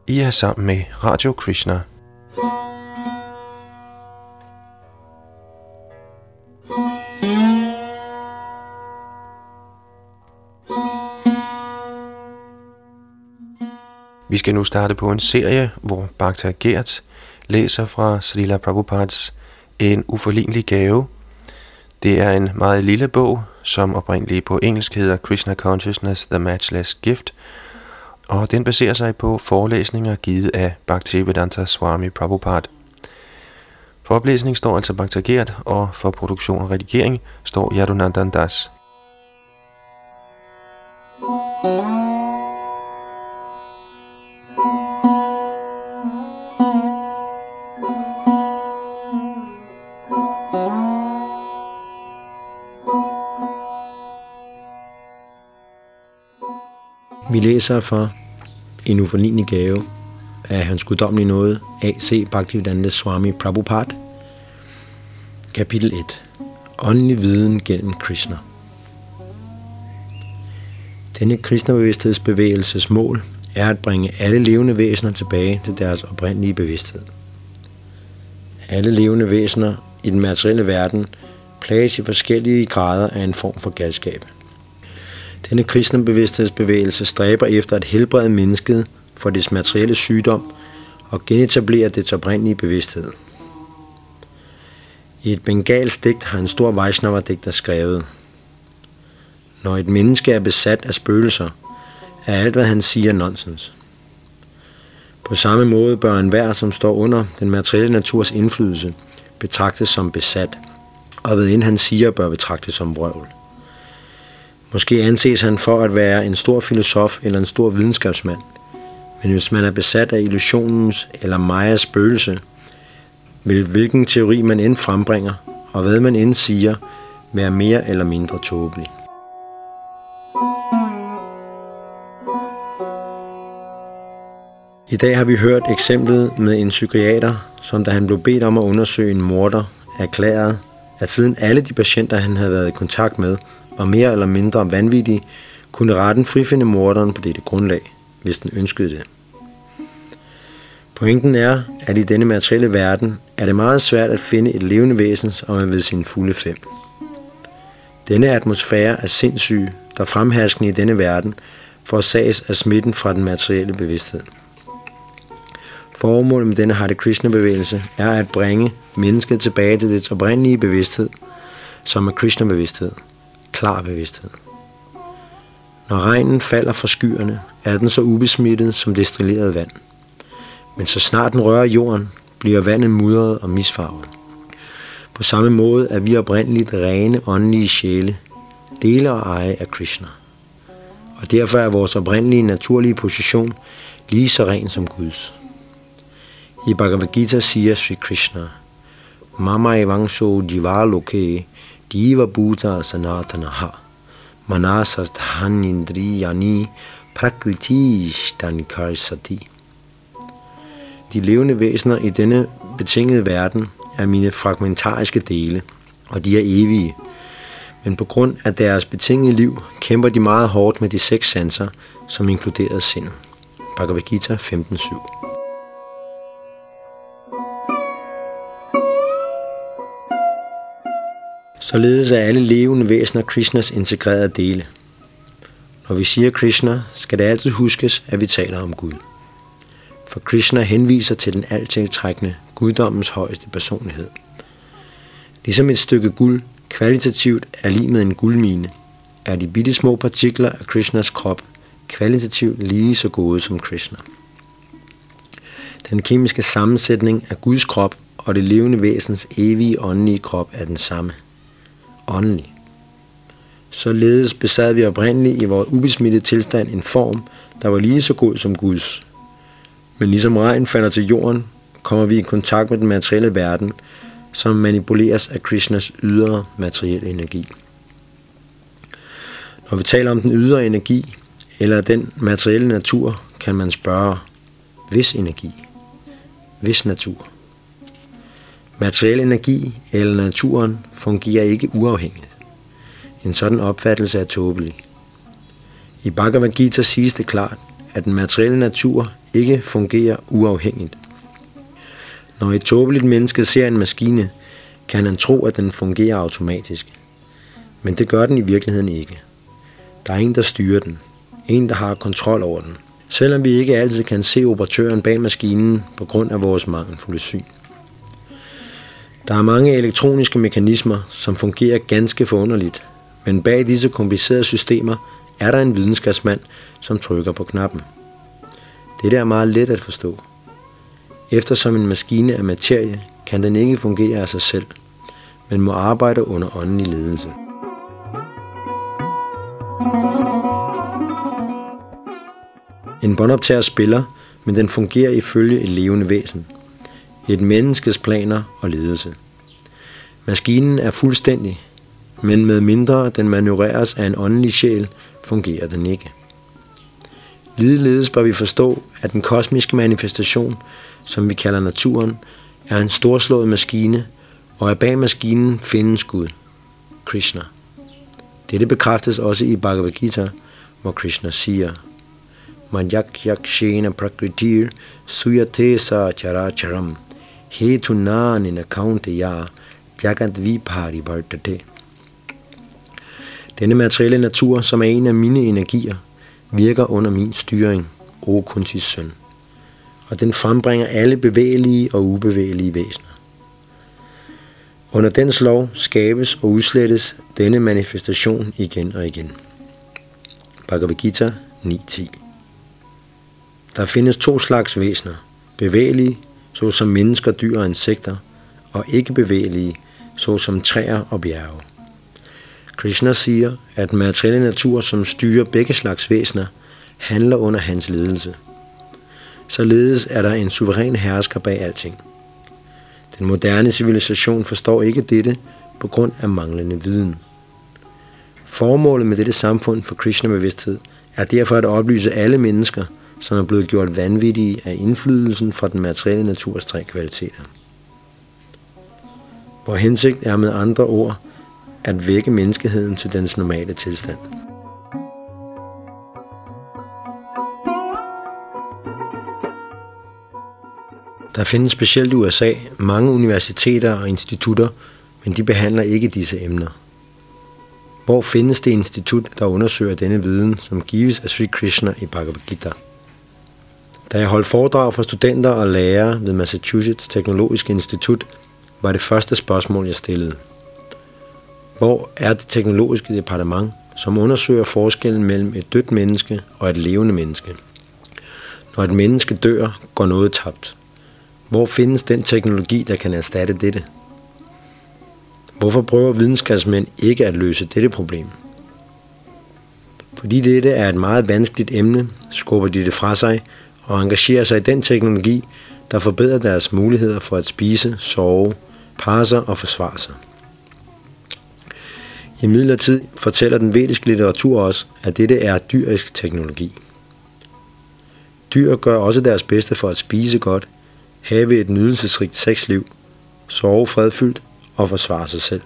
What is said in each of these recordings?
I er sammen med Radio Krishna. Vi skal nu starte på en serie, hvor Bhakta Gert læser fra Srila Prabhupads En uforlignelig gave. Det er en meget lille bog, som oprindeligt på engelsk hedder Krishna Consciousness, The Matchless Gift, og den baserer sig på forelæsninger givet af Bhaktivedanta Swami Prabhupada. For oplæsning står altså Bhakta Gert, og for produktion og redigering står Yadunandan Das. Vi læser fra En uforlignelig gave af hans guddommelige nåde, A.C. Bhaktivedanta Swami Prabhupada, kapitel 1. Åndelig viden gennem Krishna. Denne Krishna-bevidsthedsbevægelses mål er at bringe alle levende væsener tilbage til deres oprindelige bevidsthed. Alle levende væsener i den materielle verden plages i forskellige grader af en form for galskab. Denne Krishna-bevidsthedsbevægelse stræber efter at helbrede mennesket for dets materielle sygdom og genetablere dets oprindelige bevidsthed. I et bengalsk digt har en stor Vaishnava-digter skrevet: Når et menneske er besat af spøgelser, er alt hvad han siger nonsens. På samme måde bør enhver, som står under den materielle naturs indflydelse, betragtes som besat, og hvad end han siger, bør betragtes som vrøvl. Måske anses han for at være en stor filosof eller en stor videnskabsmand, men hvis man er besat af illusionens eller Mayas spøgelse, vil hvilken teori man end frembringer, og hvad man end siger, være mere eller mindre tåbelig. I dag har vi hørt eksemplet med en psykiater, som da han blev bedt om at undersøge en morder, erklærede, at siden alle de patienter, han havde været i kontakt med, var mere eller mindre vanvittige, kunne retten frifinde morderen på dette grundlag, hvis den ønskede det. Pointen er, at i denne materielle verden er det meget svært at finde et levende væsen, som er ved sin fulde 5. Denne atmosfære af sindssyge, der fremherskende i denne verden, forårsages af smitten fra den materielle bevidsthed. Formålet med denne Hare Krishna-bevægelse er at bringe mennesket tilbage til dets oprindelige bevidsthed, som er Krishna-bevidsthed, klar bevidsthed. Når regnen falder fra skyerne, er den så ubesmittet som destilleret vand. Men så snart den rører jorden, bliver vandet mudret og misfarvet. På samme måde er vi oprindeligt rene åndelige sjæle, dele og eje af Krishna. Og derfor er vores oprindelige naturlige position lige så ren som Guds. I Bhagavad Gita siger Sri Krishna: Mama evangsho jivaloke diva bhuta sanatanaha manasasthanindriyani prakriti stanikarsati. De levende væsener i denne betingede verden er mine fragmentariske dele, og de er evige. Men på grund af deres betingede liv kæmper de meget hårdt med de 6 sanser, som inkluderer sindet. Bhagavad Gita 15.7. Således er alle levende væsener Krishnas integrerede dele. Når vi siger Krishna, skal det altid huskes, at vi taler om Gud. For Krishna henviser til den altiltrækkende guddommens højeste personlighed. Ligesom et stykke guld kvalitativt er lig med en guldmine, er de bitte små partikler af Krishnas krop kvalitativt lige så gode som Krishna. Den kemiske sammensætning af Guds krop og det levende væsens evige åndelige krop er den samme. Åndelig. Således besad vi oprindeligt i vores ubesmittede tilstand en form, der var lige så god som Guds. Men ligesom regn falder til jorden, kommer vi i kontakt med den materielle verden, som manipuleres af Krishnas ydre materielle energi. Når vi taler om den ydre energi, eller den materielle natur, kan man spørge, hvis energi, hvis natur. Materiel energi eller naturen fungerer ikke uafhængigt. En sådan opfattelse er tåbelig. I Bhagavad Gita siges det klart, at den materielle natur ikke fungerer uafhængigt. Når et tåbeligt menneske ser en maskine, kan han tro, at den fungerer automatisk. Men det gør den i virkeligheden ikke. Der er en, der styrer den. En, der har kontrol over den. Selvom vi ikke altid kan se operatøren bag maskinen på grund af vores mangelfulde syn. Der er mange elektroniske mekanismer, som fungerer ganske forunderligt, men bag disse komplicerede systemer er der en videnskabsmand, som trykker på knappen. Det er meget let at forstå. Eftersom en maskine er materie, kan den ikke fungere af sig selv, men må arbejde under åndelig ledelse. En båndoptager spiller, men den fungerer ifølge et levende væsen. Et menneskes planer og ledelse. Maskinen er fuldstændig, men med mindre den manøvreres af en åndelig sjæl, fungerer den ikke. Ligeledes bør vi forstå, at den kosmiske manifestation, som vi kalder naturen, er en storslået maskine, og at bag maskinen findes Gud, Krishna. Dette bekræftes også i Bhagavad Gita, hvor Krishna siger: Manyak yakshena prakritir suyate sa characharam hetunanina kaunteya jagat vipari bhartate. Denne materielle natur, som er en af mine energier, virker under min styring, o Kuntis søn, og den frembringer alle bevægelige og ubevægelige væsener. Under dens lov skabes og udslettes denne manifestation igen og igen. Bhagavad Gita 9.10. Der findes 2 slags væsener, bevægelige, såsom mennesker, dyr og insekter, og ikke bevægelige, såsom træer og bjerge. Krishna siger, at den materielle natur, som styrer begge slags væsener, handler under hans ledelse. Således er der en suveræn hersker bag alting. Den moderne civilisation forstår ikke dette på grund af manglende viden. Formålet med dette samfund for Krishna-bevidsthed er derfor at oplyse alle mennesker, som er blevet gjort vanvittige af indflydelsen fra den materielle naturs 3 kvaliteter. Vor hensigt er med andre ord at vække menneskeheden til dens normale tilstand. Der findes specielt i USA mange universiteter og institutter, men de behandler ikke disse emner. Hvor findes det institut, der undersøger denne viden, som gives af Sri Krishna i Bhagavad Gita? Da jeg holdt foredrag for studenter og lærere ved Massachusetts Teknologiske Institut, var det første spørgsmål, jeg stillede: Hvor er det teknologiske departement, som undersøger forskellen mellem et dødt menneske og et levende menneske? Når et menneske dør, går noget tabt. Hvor findes den teknologi, der kan erstatte dette? Hvorfor prøver videnskabsmænd ikke at løse dette problem? Fordi dette er et meget vanskeligt emne, skubber de det fra sig og engagerer sig i den teknologi, der forbedrer deres muligheder for at spise, sove, parre sig og forsvare sig. Imidlertid fortæller den vediske litteratur også, at dette er dyrisk teknologi. Dyr gør også deres bedste for at spise godt, have et nydelsesrigt sexliv, sove fredfyldt og forsvare sig selv.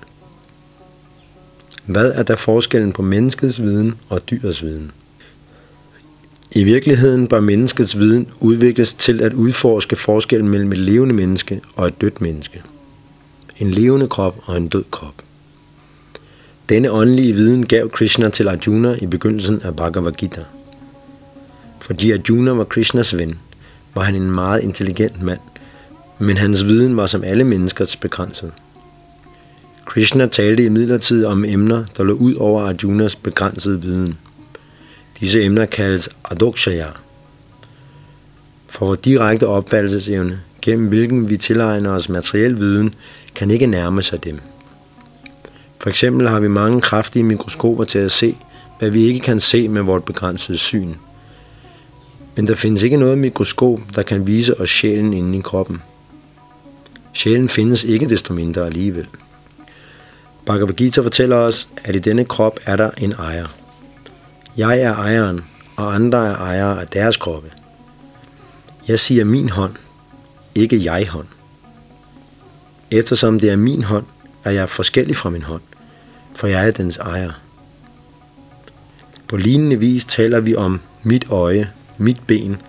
Hvad er der forskellen på menneskets viden og dyrets viden? I virkeligheden bør menneskets viden udvikles til at udforske forskellen mellem et levende menneske og et dødt menneske. En levende krop og en død krop. Denne åndelige viden gav Krishna til Arjuna i begyndelsen af Bhagavad Gita. Fordi Arjuna var Krishnas ven, var han en meget intelligent mand, men hans viden var som alle menneskers begrænset. Krishna talte imidlertid om emner, der lå ud over Arjunas begrænsede viden. Disse emner kaldes adokshaya. For vores direkte opfattelsesevne, gennem hvilken vi tilegner os materiel viden, kan ikke nærme sig dem. For eksempel har vi mange kraftige mikroskoper til at se, hvad vi ikke kan se med vores begrænsede syn. Men der findes ikke noget mikroskop, der kan vise os sjælen inde i kroppen. Sjælen findes ikke desto mindre alligevel. Bhagavad Gita fortæller os, at i denne krop er der en ejer. Jeg er ejeren, og andre er ejere af deres kroppe. Jeg siger min hånd, ikke jeg-hånd. Eftersom det er min hånd, er jeg forskellig fra min hånd, for jeg er dens ejer. På lignende vis taler vi om mit øje, mit ben,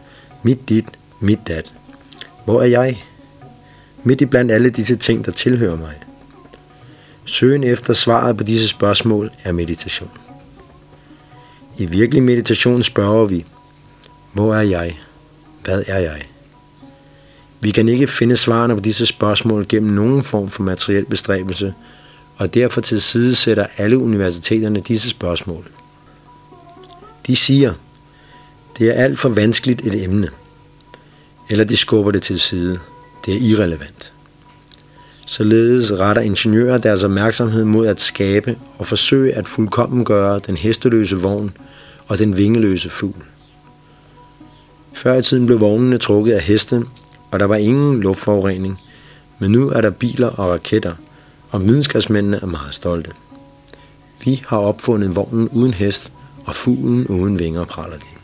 Mit dit, mit dat. Hvor er jeg? Midt i blandt alle disse ting, der tilhører mig. Søgen efter svaret på disse spørgsmål er meditation. I virkelig meditation spørger vi, hvor er jeg? Hvad er jeg? Vi kan ikke finde svarene på disse spørgsmål gennem nogen form for materiel bestræbelse, og derfor tilsidesætter alle universiteterne disse spørgsmål. De siger, det er alt for vanskeligt et emne, eller de skubber det til side. Det er irrelevant. Således retter ingeniører deres opmærksomhed mod at skabe og forsøge at fuldkommengøre den hesteløse vogn og den vingeløse fugl. Før i tiden blev vognene trukket af heste, og der var ingen luftforurening, men nu er der biler og raketter, og videnskabsmændene er meget stolte. Vi har opfundet vognen uden hest, og fuglen uden vinger, praler de.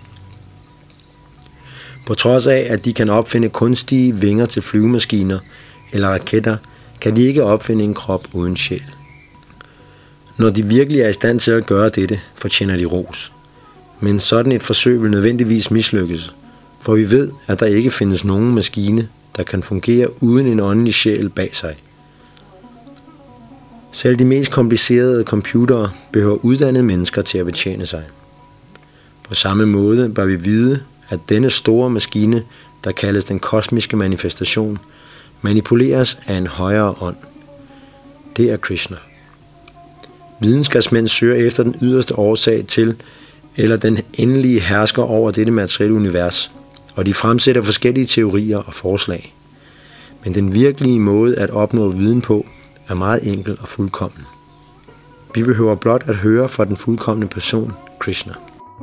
På trods af, at de kan opfinde kunstige vinger til flyvemaskiner eller raketter, kan de ikke opfinde en krop uden sjæl. Når de virkelig er i stand til at gøre dette, fortjener de ros. Men sådan et forsøg vil nødvendigvis mislykkes, for vi ved, at der ikke findes nogen maskine, der kan fungere uden en åndelig sjæl bag sig. Selv de mest komplicerede computere behøver uddannede mennesker til at betjene sig. På samme måde bør vi vide, at denne store maskine, der kaldes den kosmiske manifestation, manipuleres af en højere ånd. Det er Krishna. Videnskabsmænd søger efter den yderste årsag til, eller den endelige hersker over dette materielle univers, og de fremsætter forskellige teorier og forslag. Men den virkelige måde at opnå viden på er meget enkel og fuldkommen. Vi behøver blot at høre fra den fuldkomne person, Krishna.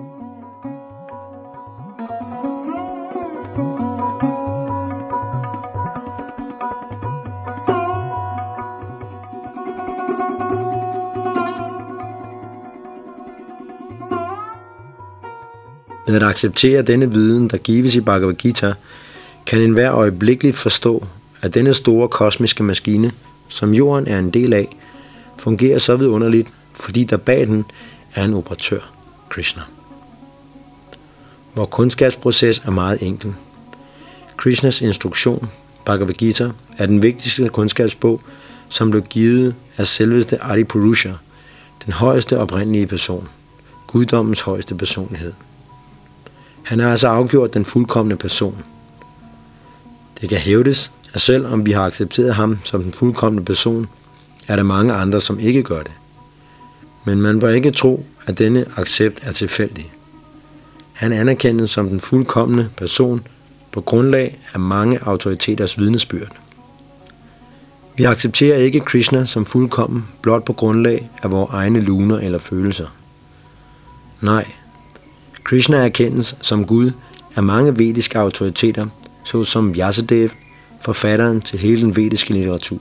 Ved at acceptere denne viden, der gives i Bhagavad Gita, kan enhver øjeblikkeligt forstå, at denne store kosmiske maskine, som jorden er en del af, fungerer så vidunderligt, fordi der bag den er en operatør, Krishna. Vor kundskabsproces er meget enkel. Krishnas instruktion, Bhagavad Gita, er den vigtigste kundskabsbog, som blev givet af selveste Adipurusha, den højeste oprindelige person, guddommens højeste personlighed. Han er altså afgjort den fuldkomne person. Det kan hævdes, at selvom vi har accepteret ham som den fuldkomne person, er der mange andre, som ikke gør det. Men man bør ikke tro, at denne accept er tilfældig. Han anerkendes som den fuldkomne person på grundlag af mange autoriteters vidnesbyrd. Vi accepterer ikke Krishna som fuldkommen blot på grundlag af vores egne luner eller følelser. Nej, Krishna erkendes som Gud af mange vediske autoriteter, såsom Vyasadeva, forfatteren til hele den vediske litteratur.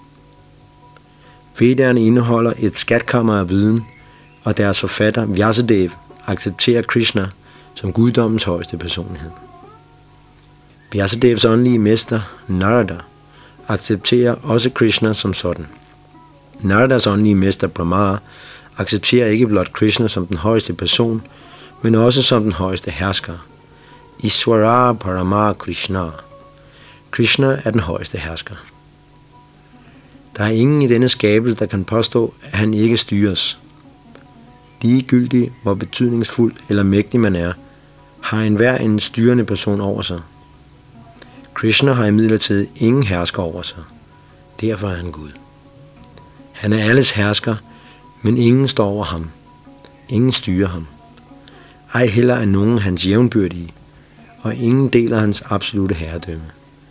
Vedderne indeholder et skatkammer af viden, og deres forfatter Vyasadeva accepterer Krishna som guddommens højeste personlighed. Vyasadevas åndelige mester, Narada, accepterer også Krishna som sådan. Naradas åndelige mester, Brahma, accepterer ikke blot Krishna som den højeste person, men også som den højeste hersker. Ishvara Parama Krishna. Krishna er den højeste hersker. Der er ingen i denne skabelse, der kan påstå, at han ikke styres. Ligegyldigt, hvor betydningsfuld eller mægtig man er, har enhver en styrende person over sig. Krishna har imidlertid ingen hersker over sig. Derfor er han Gud. Han er alles hersker, men ingen står over ham. Ingen styrer ham. Ej heller er nogen hans jævnbyrdige, og ingen deler hans absolute herredømme.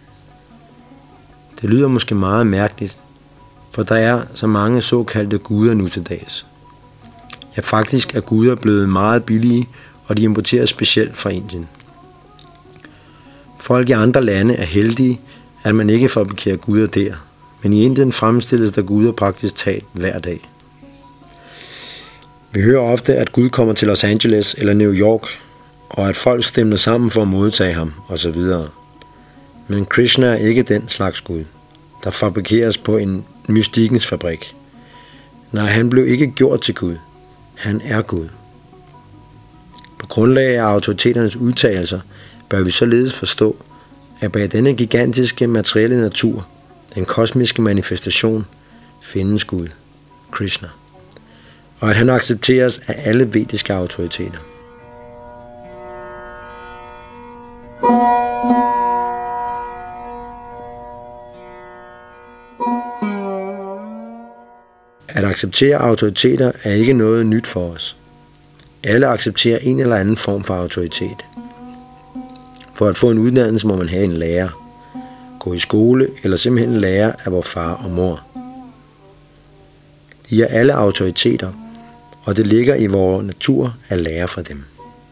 Det lyder måske meget mærkeligt, for der er så mange såkaldte guder nu til dags. Ja, faktisk er guder blevet meget billige, og de importeres specielt fra Indien. Folk i andre lande er heldige, at man ikke fabrikerer guder der, men i Indien fremstilles der guder praktisk talt hver dag. Vi hører ofte, at Gud kommer til Los Angeles eller New York, og at folk stemmer sammen for at modtage ham, osv. Men Krishna er ikke den slags Gud, der fabrikeres på en mystikkens fabrik. Nej, han blev ikke gjort til Gud. Han er Gud. På grundlag af autoriteternes udtalelser bør vi således forstå, at bag denne gigantiske materielle natur, den kosmiske manifestation, findes Gud, Krishna, og at han accepteres af alle vediske autoriteter. At acceptere autoriteter er ikke noget nyt for os. Alle accepterer en eller anden form for autoritet. For at få en uddannelse må man have en lærer, gå i skole eller simpelthen lære af vor far og mor. De er alle autoriteter, og det ligger i vores natur at lære fra dem.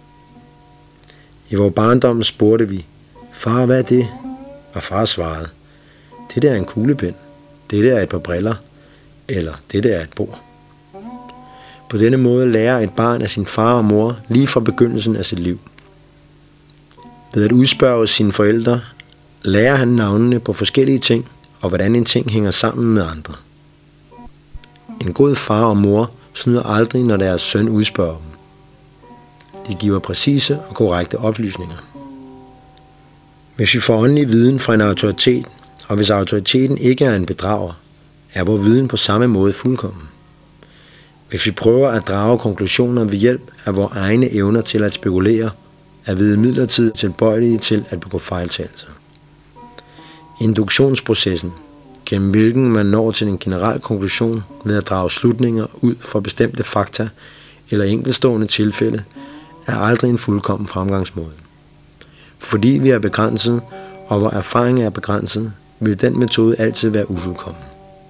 I vores barndom spurgte vi, far, hvad er det? Og far svarede, det der er en kuglepen, det der er et par briller, eller det der er et bord. På denne måde lærer et barn af sin far og mor lige fra begyndelsen af sit liv. Ved at udspørge sine forældre, lærer han navnene på forskellige ting, og hvordan en ting hænger sammen med andre. En god far og mor snyder aldrig, når deres søn udspørger dem. De giver præcise og korrekte oplysninger. Hvis vi får åndelig viden fra en autoritet, og hvis autoriteten ikke er en bedrager, er vores viden på samme måde fuldkommen. Hvis vi prøver at drage konklusioner ved hjælp af vores egne evner til at spekulere, er vi imidlertid tilbøjelige til at begå fejltagelser. Induktionsprocessen, gennem hvilken man når til en generel konklusion ved at drage slutninger ud fra bestemte fakta eller enkeltstående tilfælde, er aldrig en fuldkommen fremgangsmåde. Fordi vi er begrænset, og vor erfaring er begrænset, vil den metode altid være ufuldkommen.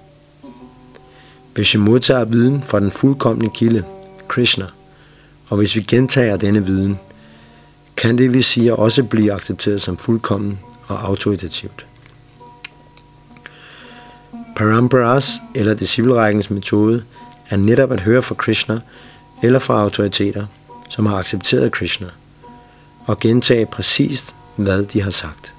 Hvis vi modtager viden fra den fuldkomne kilde, Krishna, og hvis vi gentager denne viden, kan det, vi siger, også blive accepteret som fuldkommen og autoritativt. Paramparas, eller disciplerækkens metode, er netop at høre fra Krishna eller fra autoriteter, som har accepteret Krishna, og gentage præcist, hvad de har sagt.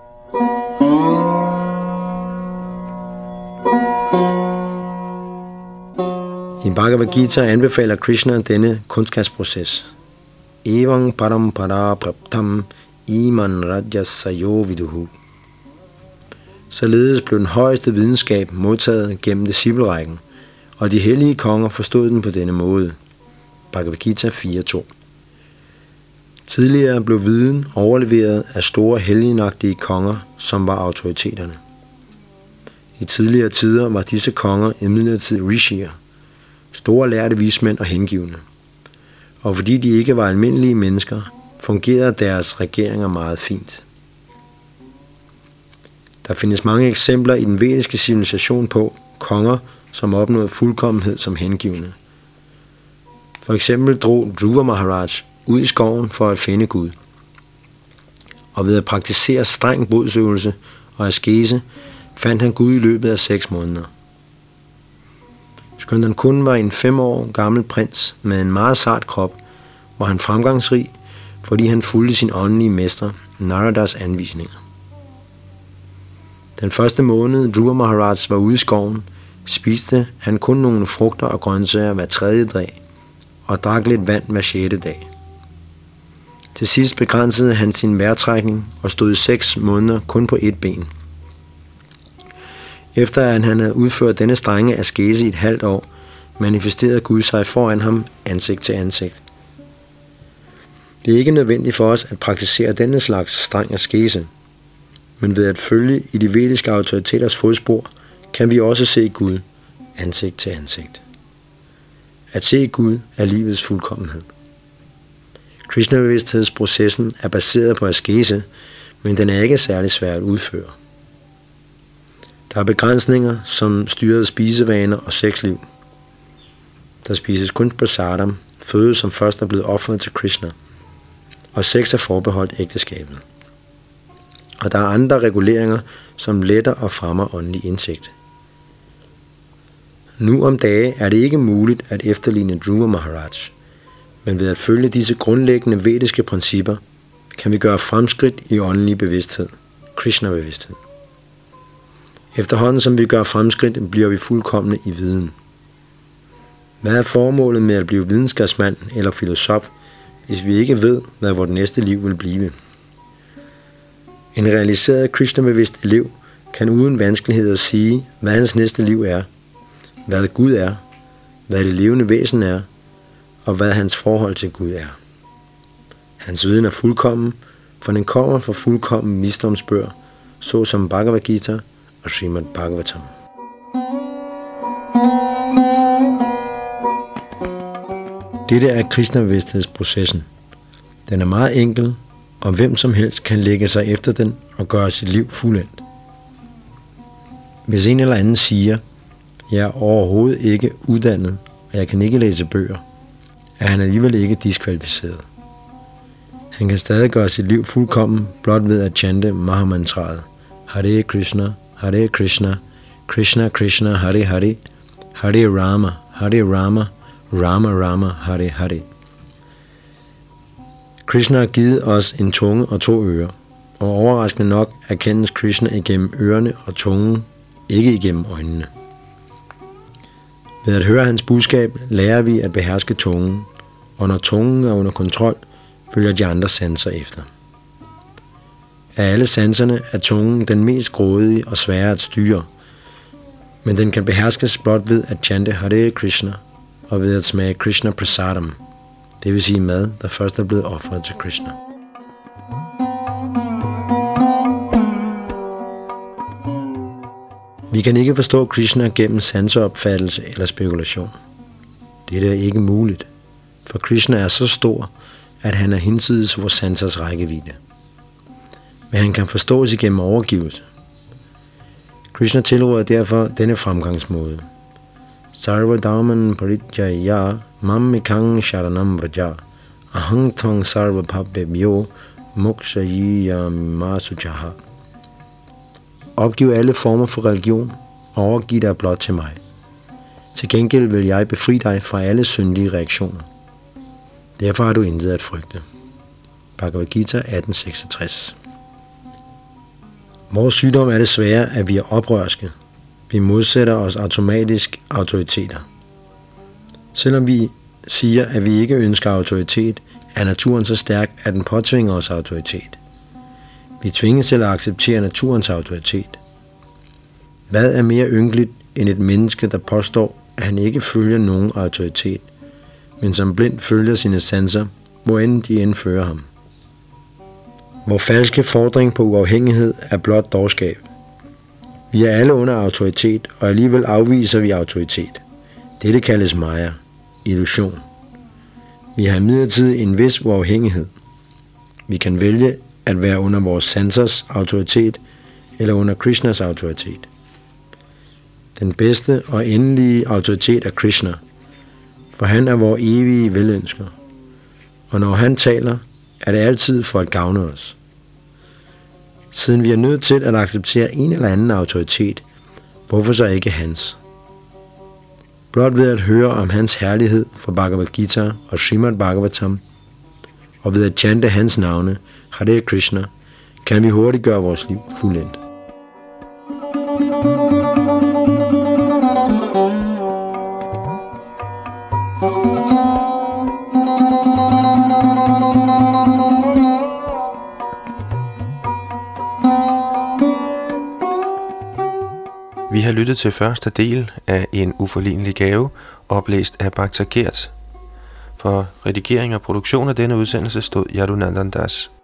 I Bhagavad Gita anbefaler Krishna denne kundskabsproces. Evang parampara praptam iman rajasayo viduhu. Således blev den højeste videnskab modtaget gennem disciplerækken, og de hellige konger forstod den på denne måde. Bhagavad Gita 4.2. Tidligere blev viden overleveret af store helgenagtige konger, som var autoriteterne. I tidligere tider var disse konger imidlertid rishier, store lærte vismænd og hengivne. Og fordi de ikke var almindelige mennesker, fungerede deres regeringer meget fint. Der findes mange eksempler i den vediske civilisation på konger, som opnåede fuldkommenhed som hengivne. For eksempel drog Dhruva Maharaj ud i skoven for at finde Gud. Og ved at praktisere streng bodsøvelse og askese, fandt han Gud i løbet af 6 måneder. Skønt han kun var en 5 år gammel prins med en meget sart krop, var han fremgangsrig, fordi han fulgte sin åndelige mester, Naradas anvisninger. Den første måned, Dhruva Maharaj var ude i skoven, spiste han kun nogle frugter og grøntsager hver 3. dag, og drak lidt vand hver 6. dag. Til sidst begrænsede han sin vejrtrækning og stod i 6 måneder kun på 1 ben. Efter at han havde udført denne strenge askese i et halvt år, manifesterede Gud sig foran ham ansigt til ansigt. Det er ikke nødvendigt for os at praktisere denne slags streng askese, men ved at følge i de vediske autoriteters fodspor, kan vi også se Gud ansigt til ansigt. At se Gud er livets fuldkommenhed. Krishna-bevidsthedsprocessen er baseret på askese, men den er ikke særlig svær at udføre. Der er begrænsninger, som styrede spisevaner og sexliv. Der spises kun prasadam, føde som først er blevet offret til Krishna, og sex er forbeholdt ægteskabet. Og der er andre reguleringer, som letter og fremmer åndelig indsigt. Nu om dage er det ikke muligt at efterligne Dhruva Maharaj, men ved at følge disse grundlæggende vediske principper, kan vi gøre fremskridt i åndelig bevidsthed, Krishna-bevidsthed. Efterhånden som vi gør fremskridt, bliver vi fuldkomne i viden. Hvad er formålet med at blive videnskabsmand eller filosof, hvis vi ikke ved, hvad vort næste liv vil blive? En realiseret Krishna-bevidst elev kan uden vanskeligheder sige, hvad hans næste liv er, hvad Gud er, hvad det levende væsen er, og hvad hans forhold til Gud er. Hans viden er fuldkommen, for den kommer fra fuldkommen visdomsbøger, såsom Bhagavad Gita og Srimad Bhagavatam. Dette er Krishna-bevidsthedsprocessen. Den er meget enkel, og hvem som helst kan lægge sig efter den og gøre sit liv fuldendt. Hvis en eller anden siger, jeg er overhovedet ikke uddannet, og jeg kan ikke læse bøger, er han alligevel ikke diskvalificeret. Han kan stadig gøre sit liv fuldkommen blot ved at chante Mahamantraet. Hare Krishna, Hare Krishna, Krishna Krishna, Hare Hare, Hare Rama, Hare Rama, Rama Rama, Hare Hare. Krishna har givet os en tunge og 2 ører, og overraskende nok erkendes Krishna igennem ørerne og tungen, ikke igennem øjnene. Ved at høre hans budskab lærer vi at beherske tungen, og når tungen er under kontrol, følger de andre sanser efter. Af alle sanserne er tungen den mest grådige og svære at styre, men den kan beherskes blot ved at chante Hare Krishna og ved at smage Krishna Prasadam, det vil sige mad, der først er blevet ofret til Krishna. Vi kan ikke forstå Krishna gennem sanseopfattelse eller spekulation. Dette er ikke muligt, for Krishna er så stor, at han er hinsides vores sansers rækkevidde. Men han kan forstås igennem overgivelse. Krishna tilråder derfor denne fremgangsmåde. Sarva dharman parijaya mam ekang sharanam vraja ahang thang sarva bhavebhyo mokshayiyam masuchaha. Opgiv alle former for religion og overgiv dig blot til mig. Til gengæld vil jeg befri dig fra alle syndige reaktioner. Derfor har du intet at frygte. Bhagavad Gita 1866. Vores sygdom er desværre, at vi er oprørske. Vi modsætter os automatisk autoriteter. Selvom vi siger, at vi ikke ønsker autoritet, er naturen så stærk, at den påtvinger os autoritet. Vi tvinges til at acceptere naturens autoritet. Hvad er mere ynkeligt end et menneske, der påstår, at han ikke følger nogen autoritet, men som blindt følger sine sanser, hvor end de indfører ham? Vor falske fordring på uafhængighed er blot dårskab. Vi er alle under autoritet, og alligevel afviser vi autoritet. Dette kaldes maya, illusion. Vi har imidlertid en vis uafhængighed. Vi kan vælge at være under vores sansers autoritet eller under Krishnas autoritet. Den bedste og endelige autoritet er Krishna, for han er vor evige velønsker. Og når han taler, er det altid for at gavne os. Siden vi er nødt til at acceptere en eller anden autoritet, hvorfor så ikke hans? Blot ved at høre om hans herlighed fra Bhagavad Gita og Srimad Bhagavatam, og ved at chante hans navne, Hare Krishna, kan vi hurtigt gøre vores liv fuldendt. Vi har lyttet til første del af En uforlignelig gave, oplæst af Bhakta Gert. For redigering og produktion af denne udsendelse stod Yadunandan Das.